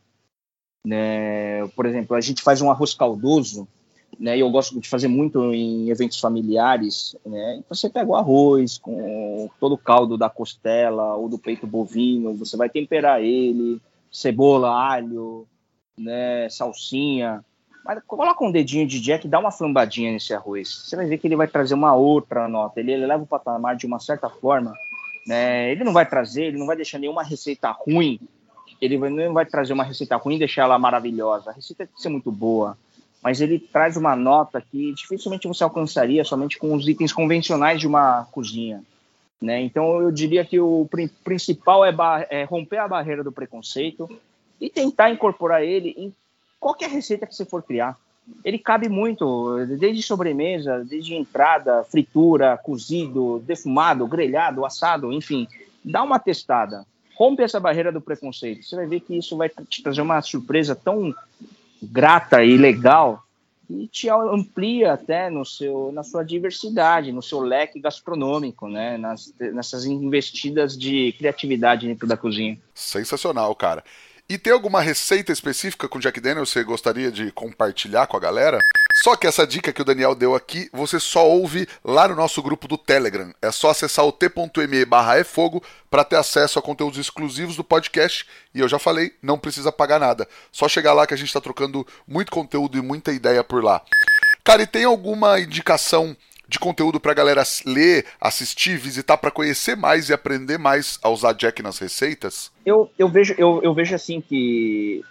Né? Por exemplo, a gente faz um arroz caldoso, né? E eu gosto de fazer muito em eventos familiares, né? Você pega o arroz com todo o caldo da costela ou do peito bovino, você vai temperar ele, cebola, alho, né? Salsinha, mas coloca um dedinho de Jack e dá uma flambadinha nesse arroz, você vai ver que ele vai trazer uma outra nota, ele eleva o patamar de uma certa forma, né? Ele não vai trazer, ele não vai deixar nenhuma receita ruim. Ele não vai trazer uma receita ruim e deixar ela maravilhosa. A receita tem que ser muito boa, mas ele traz uma nota que dificilmente você alcançaria somente com os itens convencionais de uma cozinha, né? Então, eu diria que o principal é, é romper a barreira do preconceito e tentar incorporar ele em qualquer receita que você for criar. Ele cabe muito, desde sobremesa, desde entrada, fritura, cozido, defumado, grelhado, assado, enfim. Dá uma testada. Rompe essa barreira do preconceito. Você vai ver que isso vai te trazer uma surpresa tão grata e legal e te amplia até no seu, na sua diversidade, no seu leque gastronômico, né? Nas, nessas investidas de criatividade dentro da cozinha. Sensacional, cara. E tem alguma receita específica com Jack Daniels que você gostaria de compartilhar com a galera? Só que essa dica que o Daniel deu aqui, você só ouve lá no nosso grupo do Telegram. É só acessar o t.me barra efogo para ter acesso a conteúdos exclusivos do podcast. E eu já falei, não precisa pagar nada. Só chegar lá que a gente está trocando muito conteúdo e muita ideia por lá. Cara, e tem alguma indicação de conteúdo pra galera ler, assistir, visitar, para conhecer mais e aprender mais a usar Jack nas receitas? Eu, eu, vejo, eu, eu vejo assim que...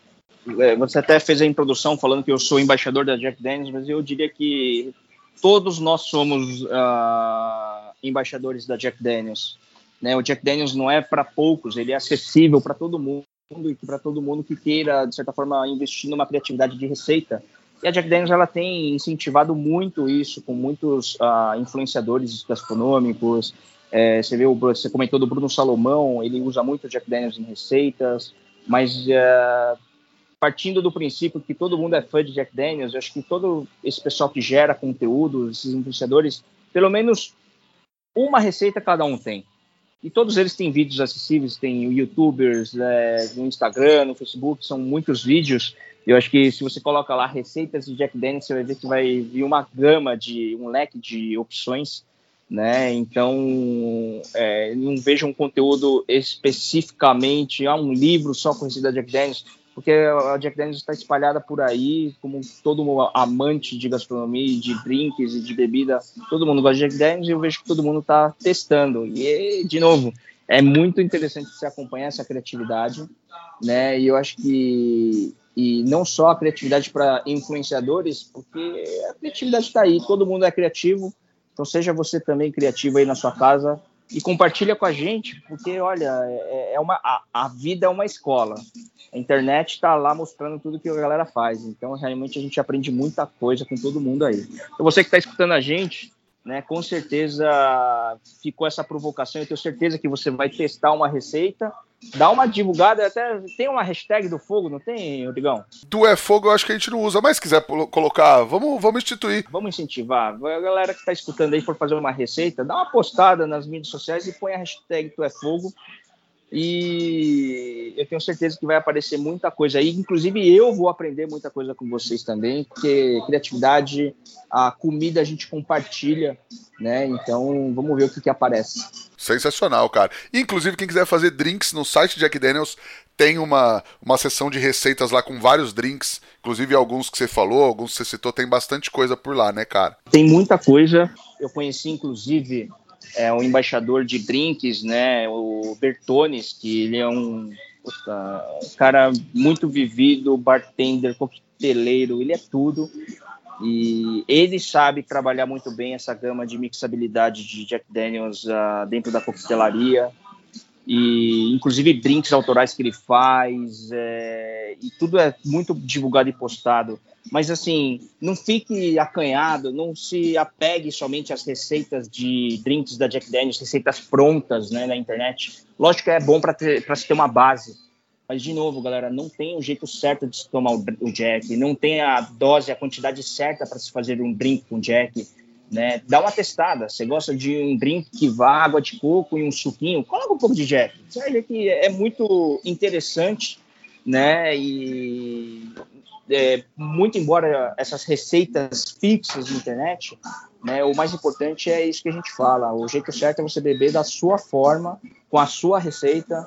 Você até fez a introdução falando que eu sou embaixador da Jack Daniels, mas eu diria que todos nós somos uh, embaixadores da Jack Daniels. Né? O Jack Daniels não é para poucos, ele é acessível para todo mundo e para todo mundo que queira, de certa forma, investir numa criatividade de receita. E a Jack Daniels ela tem incentivado muito isso, com muitos uh, influenciadores gastronômicos. É, você, vê o, você comentou do Bruno Salomão, ele usa muito o Jack Daniels em receitas, mas uh, partindo do princípio que todo mundo é fã de Jack Daniels, eu acho que todo esse pessoal que gera conteúdo, esses influenciadores, pelo menos uma receita cada um tem. E todos eles têm vídeos acessíveis, tem youtubers, é, no Instagram, no Facebook, são muitos vídeos. Eu acho que se você coloca lá receitas de Jack Daniels, você vai ver que vai vir uma gama, de um leque de opções, né? Então, é, não vejo um conteúdo especificamente, ah, um livro só com receita da Jack Daniels, porque a Jack Daniels está espalhada por aí, como todo amante de gastronomia, de drinks e de bebida, todo mundo gosta de Jack Daniels e eu vejo que todo mundo está testando. E, de novo, é muito interessante você acompanhar essa criatividade, né? E eu acho que e não só a criatividade para influenciadores, porque a criatividade está aí, todo mundo é criativo, então seja você também criativo aí na sua casa e compartilha com a gente, porque, olha, é, é uma, a, a vida é uma escola, a internet está lá mostrando tudo que a galera faz, então realmente a gente aprende muita coisa com todo mundo aí. Então você que está escutando a gente, né, com certeza ficou essa provocação, eu tenho certeza que você vai testar uma receita, dá uma divulgada, até tem uma hashtag do fogo, não tem, Rodrigão? Do É Fogo eu acho que a gente não usa, mas se quiser colocar, vamos, vamos instituir. Vamos incentivar. A galera que está escutando aí for fazer uma receita, dá uma postada nas mídias sociais e põe a hashtag do É Fogo, E eu tenho certeza que vai aparecer muita coisa aí, inclusive eu vou aprender muita coisa com vocês também, porque criatividade, a comida a gente compartilha, né? Então vamos ver o que, que aparece. Sensacional, cara. Inclusive, quem quiser fazer drinks no site Jack Daniels, tem uma, uma seção de receitas lá com vários drinks, inclusive alguns que você falou, alguns que você citou, tem bastante coisa por lá, né, cara? Tem muita coisa. Eu conheci, inclusive, é, o embaixador de drinks, né, o Bertones, que ele é um, um cara muito vivido, bartender, coqueteleiro, ele é tudo. E ele sabe trabalhar muito bem essa gama de mixabilidade de Jack Daniels uh, dentro da coquetelaria. E inclusive drinks autorais que ele faz, é, e tudo é muito divulgado e postado. Mas assim, não fique acanhado, não se apegue somente às receitas de drinks da Jack Daniels, receitas prontas, né, na internet. Lógico que é bom para se ter uma base, mas de novo, galera, não tem o jeito certo de se tomar o, o Jack, não tem a dose, a quantidade certa para se fazer um drink com Jack. Né? Dá uma testada. Você gosta de um drink que vá água de coco e um suquinho? Coloca um pouco de Jack. Você vai ver que é muito interessante, né? E é, muito embora essas receitas fixas na internet, né? O mais importante é isso que a gente fala. O jeito certo é você beber da sua forma, com a sua receita.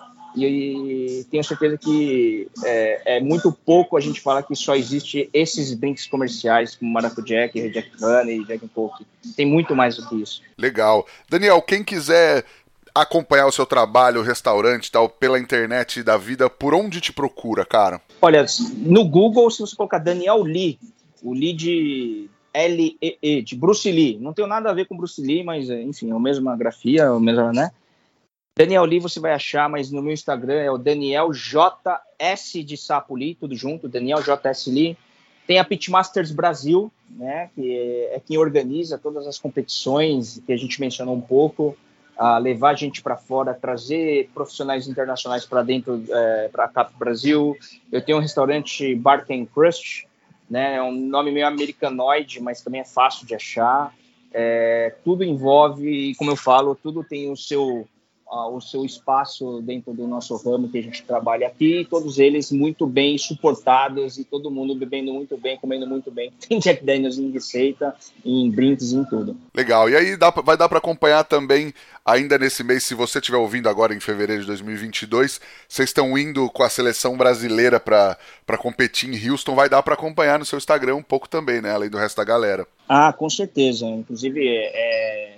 E tenho certeza que é, é muito pouco a gente fala que só existe esses drinks comerciais como Maracujá, Jack Honey, Jack and Coke. Tem muito mais do que isso. Legal. Daniel, quem quiser acompanhar o seu trabalho, o restaurante, tal, pela internet da vida, por onde te procura, cara? Olha, no Google, se você colocar Daniel Lee, o Lee de L E E, de Bruce Lee. Não tem nada a ver com Bruce Lee, mas, enfim, é a mesma grafia, a mesma, né? Daniel Lee você vai achar, mas no meu Instagram é o Daniel J S de Sapo Lee, tudo junto, Daniel J S Lee. Tem a Pitmasters Brasil, né, que é quem organiza todas as competições que a gente mencionou um pouco, a levar a gente para fora, trazer profissionais internacionais para dentro, é, para cá para o Brasil. Eu tenho um restaurante Bark and Crust, né, é um nome meio americanoide, mas também é fácil de achar. É, tudo envolve, como eu falo, tudo tem o seu... o seu espaço dentro do nosso ramo que a gente trabalha aqui, todos eles muito bem suportados e todo mundo bebendo muito bem, comendo muito bem. Tem Jack Daniels em receita, em drinks, em tudo. Legal, e aí dá, vai dar para acompanhar também ainda nesse mês, se você estiver ouvindo agora em fevereiro de dois mil e vinte e dois, vocês estão indo com a seleção brasileira para competir em Houston, vai dar para acompanhar no seu Instagram um pouco também, né, além do resto da galera. Ah, com certeza, inclusive é...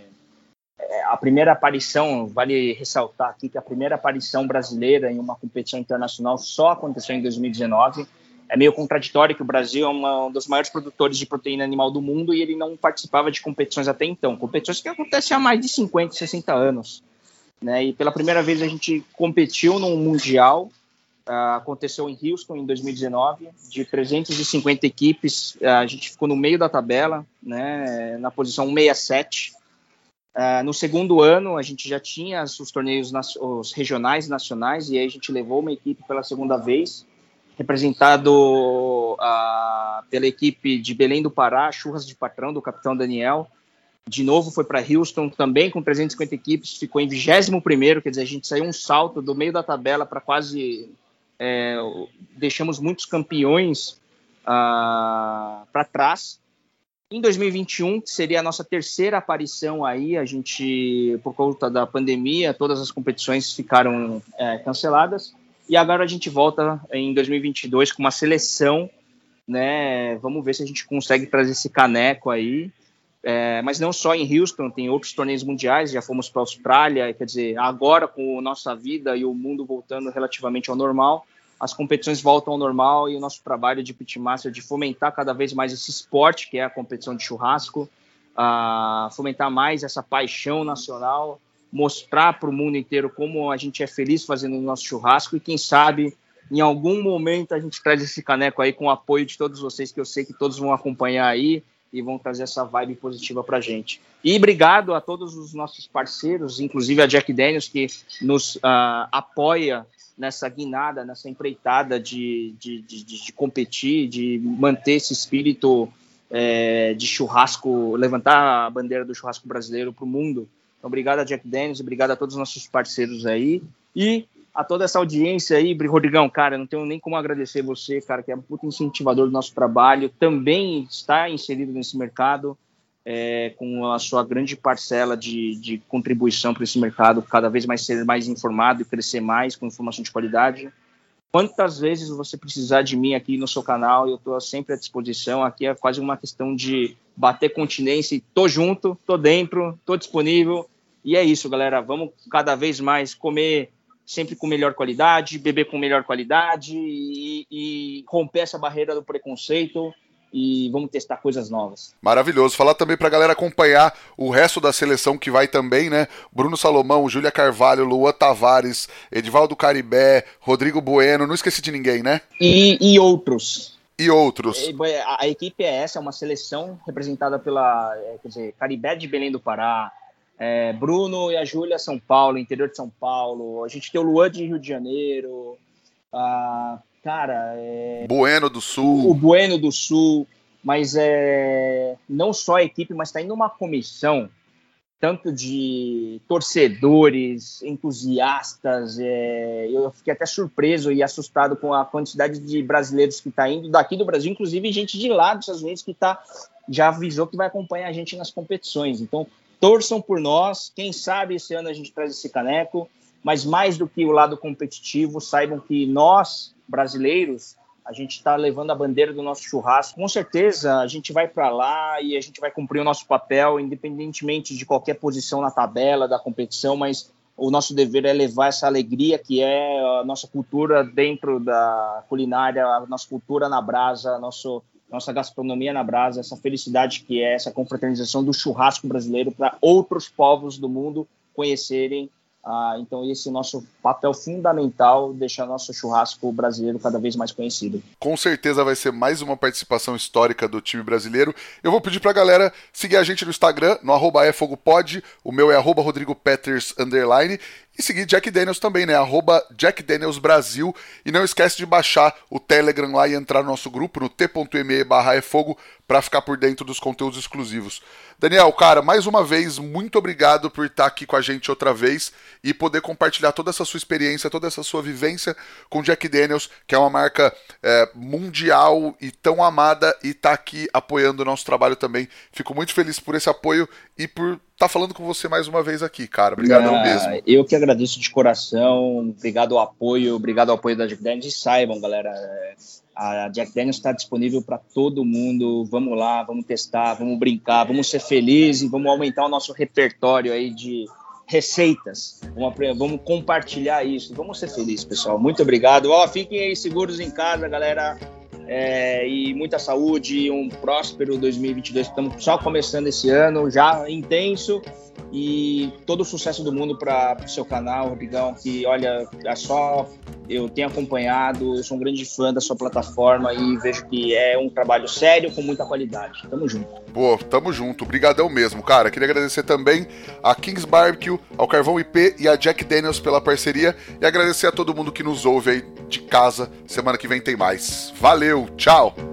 a primeira aparição, vale ressaltar aqui que a primeira aparição brasileira em uma competição internacional só aconteceu em dois mil e dezenove. É meio contraditório que o Brasil é uma, um dos maiores produtores de proteína animal do mundo e ele não participava de competições até então. Competições que acontecem há mais de cinquenta, sessenta anos. Né? E pela primeira vez a gente competiu num mundial, uh, aconteceu em Houston em dois mil e dezenove, de trezentas e cinquenta equipes, uh, a gente ficou no meio da tabela, né, na posição cento e sessenta e sete. Uh, no segundo ano, a gente já tinha os torneios os regionais nacionais, e aí a gente levou uma equipe pela segunda vez, representado uh, pela equipe de Belém do Pará, Churras de Patrão, do capitão Daniel. De novo foi para Houston, também com trezentas e cinquenta equipes, ficou em vigésimo primeiro, quer dizer, a gente saiu um salto do meio da tabela para quase... É, deixamos muitos campeões uh, para trás. Em dois mil e vinte e um, que seria a nossa terceira aparição aí, a gente, por conta da pandemia, todas as competições ficaram é, canceladas, e agora a gente volta em dois mil e vinte e dois com uma seleção, né? Vamos ver se a gente consegue trazer esse caneco aí, é, mas não só em Houston, tem outros torneios mundiais, já fomos para a Austrália, quer dizer, agora com a nossa vida e o mundo voltando relativamente ao normal, as competições voltam ao normal e o nosso trabalho de pitmaster de fomentar cada vez mais esse esporte, que é a competição de churrasco, uh, fomentar mais essa paixão nacional, mostrar para o mundo inteiro como a gente é feliz fazendo o nosso churrasco e quem sabe em algum momento a gente traz esse caneco aí com o apoio de todos vocês, que eu sei que todos vão acompanhar aí e vão trazer essa vibe positiva para a gente. E obrigado a todos os nossos parceiros, inclusive a Jack Daniels, que nos uh, apoia nessa guinada, nessa empreitada de, de, de, de competir, de manter esse espírito é, de churrasco, levantar a bandeira do churrasco brasileiro para o mundo. Então, obrigado a Jack Daniels, obrigado a todos os nossos parceiros aí. E a toda essa audiência aí, Rodrigão, cara, não tenho nem como agradecer você, cara, que é um puta incentivador do nosso trabalho, também está inserido nesse mercado, é, com a sua grande parcela de, de contribuição para esse mercado, cada vez mais ser mais informado e crescer mais com informação de qualidade. Quantas vezes você precisar de mim aqui no seu canal, eu estou sempre à disposição. Aqui é quase uma questão de bater continência. Tô junto, tô dentro, tô disponível. E é isso, galera. Vamos cada vez mais comer sempre com melhor qualidade, beber com melhor qualidade e, e romper essa barreira do preconceito. E vamos testar coisas novas. Maravilhoso. Falar também pra galera acompanhar o resto da seleção que vai também, né? Bruno Salomão, Júlia Carvalho, Luan Tavares, Edivaldo Caribé, Rodrigo Bueno, não esqueci de ninguém, né? E, e outros. E outros. A, a equipe é essa, é uma seleção representada pela, quer dizer, Caribé de Belém do Pará, é, Bruno e a Júlia São Paulo, interior de São Paulo, a gente tem o Luan de Rio de Janeiro, a... Cara, é... Bueno do Sul. O Bueno do Sul, mas é... não só a equipe, mas está indo uma comissão, tanto de torcedores, entusiastas. É... Eu fiquei até surpreso e assustado com a quantidade de brasileiros que está indo daqui do Brasil, inclusive gente de lá dos Estados Unidos que tá... já avisou que vai acompanhar a gente nas competições. Então, torçam por nós. Quem sabe esse ano a gente traz esse caneco, mas mais do que o lado competitivo, saibam que nós, brasileiros, a gente está levando a bandeira do nosso churrasco. Com certeza a gente vai para lá e a gente vai cumprir o nosso papel, independentemente de qualquer posição na tabela da competição, mas o nosso dever é levar essa alegria que é a nossa cultura dentro da culinária, a nossa cultura na brasa, a nosso, nossa gastronomia na brasa, essa felicidade que é essa confraternização do churrasco brasileiro para outros povos do mundo conhecerem. Ah, então esse é o nosso papel fundamental, deixar nosso churrasco brasileiro cada vez mais conhecido. Com certeza vai ser mais uma participação histórica do time brasileiro. Eu vou pedir pra galera seguir a gente no Instagram, no arroba efogopod, o meu é arroba rodrigopeters, underline, e seguir Jack Daniels também, né, arroba Jack Daniels Brasil, e não esquece de baixar o Telegram lá e entrar no nosso grupo, no t.me barra efogo, pra ficar por dentro dos conteúdos exclusivos. Daniel, cara, mais uma vez, muito obrigado por estar aqui com a gente outra vez e poder compartilhar toda essa sua experiência, toda essa sua vivência com Jack Daniels, que é uma marca é, mundial e tão amada, e tá aqui apoiando o nosso trabalho também. Fico muito feliz por esse apoio e por estar falando com você mais uma vez aqui, cara. Obrigadão ah, mesmo. Eu que agradeço de coração, obrigado ao apoio, obrigado ao apoio da Jack Daniels, e saibam, galera, a Jack Daniels está disponível para todo mundo. Vamos lá, vamos testar, vamos brincar, vamos ser felizes, vamos aumentar o nosso repertório aí de receitas. Vamos, vamos compartilhar isso. Vamos ser felizes, pessoal. Muito obrigado. Ó, fiquem aí seguros em casa, galera. É, e muita saúde, um próspero dois mil e vinte e dois. Estamos só começando esse ano, já intenso. E todo o sucesso do mundo para o seu canal, Rodrigão, que olha, é só eu tenho acompanhado, eu sou um grande fã da sua plataforma e vejo que é um trabalho sério com muita qualidade. Tamo junto. Pô, tamo junto. Obrigadão mesmo, cara. Queria agradecer também a Kings Barbecue, ao Carvão I P e a Jack Daniels pela parceria, e agradecer a todo mundo que nos ouve aí de casa. Semana que vem tem mais. Valeu, tchau!